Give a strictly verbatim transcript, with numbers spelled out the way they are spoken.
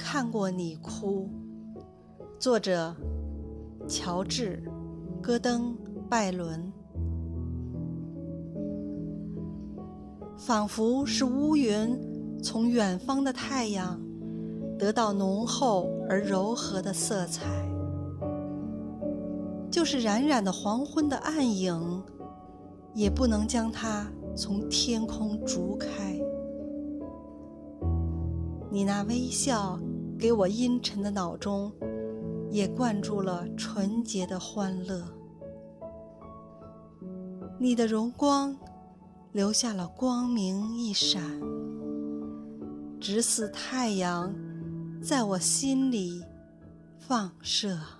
看过你哭。作者：乔治·戈登·拜伦。仿佛是乌云从远方的太阳得到浓厚而柔和的色彩，就是冉冉的黄昏的暗影，也不能将它从天空逐开。你那微笑给我阴沉的脑中也灌注了纯洁的欢乐，你的荣光留下了光明一闪，直似太阳在我心里放射。